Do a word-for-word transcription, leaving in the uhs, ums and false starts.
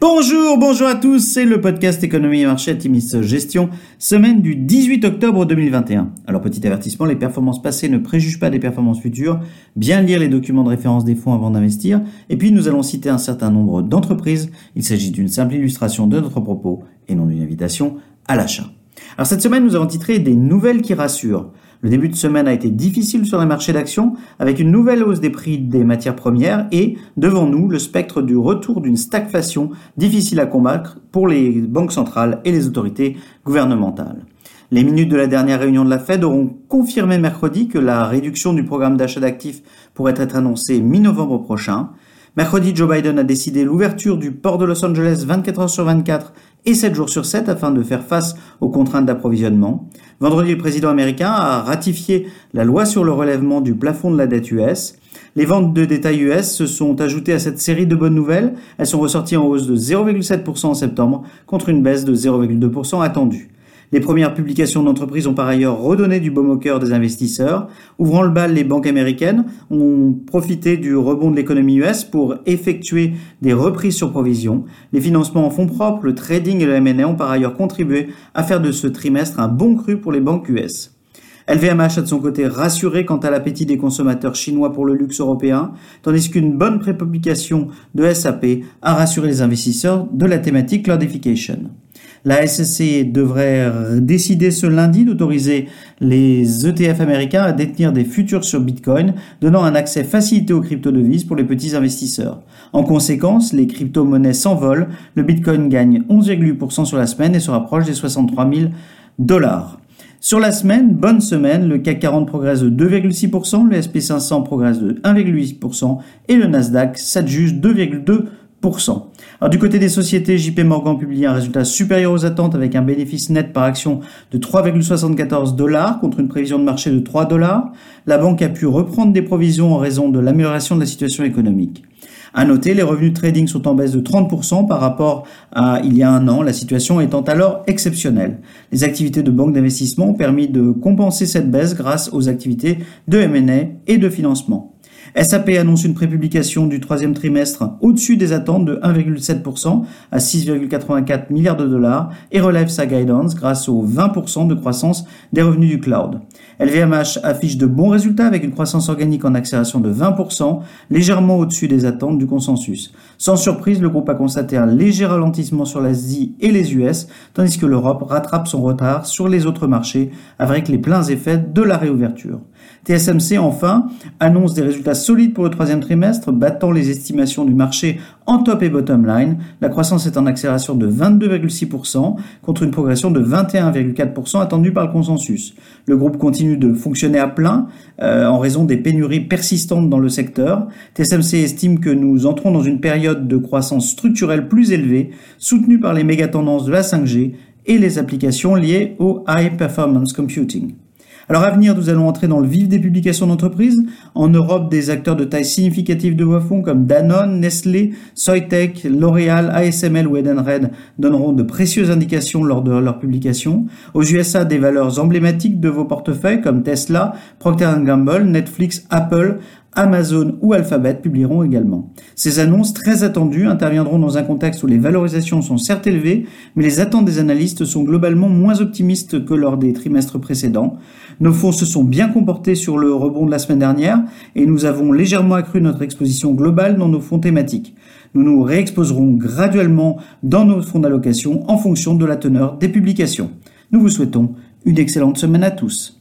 Bonjour, bonjour à tous, c'est le podcast Économie et Marché Timis Gestion, semaine du dix-huit octobre deux mille vingt et un. Alors petit avertissement, les performances passées ne préjugent pas des performances futures, bien lire les documents de référence des fonds avant d'investir, et puis nous allons citer un certain nombre d'entreprises, il s'agit d'une simple illustration de notre propos et non d'une invitation à l'achat. Alors cette semaine nous avons titré des nouvelles qui rassurent. Le début de semaine a été difficile sur les marchés d'actions avec une nouvelle hausse des prix des matières premières et, devant nous, le spectre du retour d'une stagflation difficile à combattre pour les banques centrales et les autorités gouvernementales. Les minutes de la dernière réunion de la Fed auront confirmé mercredi que la réduction du programme d'achat d'actifs pourrait être annoncée mi-novembre prochain. Mercredi, Joe Biden a décidé l'ouverture du port de Los Angeles vingt-quatre heures sur vingt-quatre et sept jours sur sept afin de faire face aux contraintes d'approvisionnement. Vendredi, le président américain a ratifié la loi sur le relèvement du plafond de la dette U S. Les ventes de détail U S se sont ajoutées à cette série de bonnes nouvelles. Elles sont ressorties en hausse de zéro virgule sept pour cent en septembre contre une baisse de zéro virgule deux pour cent attendue. Les premières publications d'entreprises ont par ailleurs redonné du baume au cœur des investisseurs. Ouvrant le bal, les banques américaines ont profité du rebond de l'économie U S pour effectuer des reprises sur provision. Les financements en fonds propres, le trading et le M and A ont par ailleurs contribué à faire de ce trimestre un bon cru pour les banques U S. L V M H a de son côté rassuré quant à l'appétit des consommateurs chinois pour le luxe européen, tandis qu'une bonne prépublication de S A P a rassuré les investisseurs de la thématique Cloudification. La S E C devrait décider ce lundi d'autoriser les E T F américains à détenir des futurs sur Bitcoin, donnant un accès facilité aux crypto-devises pour les petits investisseurs. En conséquence, les crypto-monnaies s'envolent, le Bitcoin gagne onze virgule huit pour cent sur la semaine et se rapproche des soixante-trois mille dollars. Sur la semaine, bonne semaine, le C A C quarante progresse de deux virgule six pour cent, le S and P cinq cents progresse de un virgule huit pour cent et le Nasdaq s'adjuge deux virgule deux pour cent. Alors du côté des sociétés, J P Morgan publie un résultat supérieur aux attentes avec un bénéfice net par action de trois virgule soixante-quatorze dollars contre une prévision de marché de trois dollars. La banque a pu reprendre des provisions en raison de l'amélioration de la situation économique. À noter, les revenus de trading sont en baisse de trente pour cent par rapport à il y a un an, la situation étant alors exceptionnelle. Les activités de banque d'investissement ont permis de compenser cette baisse grâce aux activités de M and A et de financement. S A P annonce une prépublication du troisième trimestre au-dessus des attentes de un virgule sept pour cent à six virgule quatre-vingt-quatre milliards de dollars et relève sa guidance grâce aux vingt pour cent de croissance des revenus du cloud. L V M H affiche de bons résultats avec une croissance organique en accélération de vingt pour cent, légèrement au-dessus des attentes du consensus. Sans surprise, le groupe a constaté un léger ralentissement sur l'Asie et les U S, tandis que l'Europe rattrape son retard sur les autres marchés avec les pleins effets de la réouverture. T S M C, enfin, annonce des résultats solides pour le troisième trimestre, battant les estimations du marché en top et bottom line. La croissance est en accélération de vingt-deux virgule six pour cent contre une progression de vingt et un virgule quatre pour cent attendue par le consensus. Le groupe continue de fonctionner à plein euh, en raison des pénuries persistantes dans le secteur. T S M C estime que nous entrons dans une période de croissance structurelle plus élevée, soutenue par les méga-tendances de la cinq G et les applications liées au High Performance Computing. Alors à venir, nous allons entrer dans le vif des publications d'entreprises. En Europe, des acteurs de taille significative de voix fonds comme Danone, Nestlé, Soitec, L'Oréal, A S M L ou Edenred donneront de précieuses indications lors de leur publication. Aux U S A, des valeurs emblématiques de vos portefeuilles comme Tesla, Procter and Gamble, Netflix, Apple, Amazon ou Alphabet publieront également. Ces annonces très attendues interviendront dans un contexte où les valorisations sont certes élevées, mais les attentes des analystes sont globalement moins optimistes que lors des trimestres précédents. Nos fonds se sont bien comportés sur le rebond de la semaine dernière et nous avons légèrement accru notre exposition globale dans nos fonds thématiques. Nous nous réexposerons graduellement dans nos fonds d'allocation en fonction de la teneur des publications. Nous vous souhaitons une excellente semaine à tous.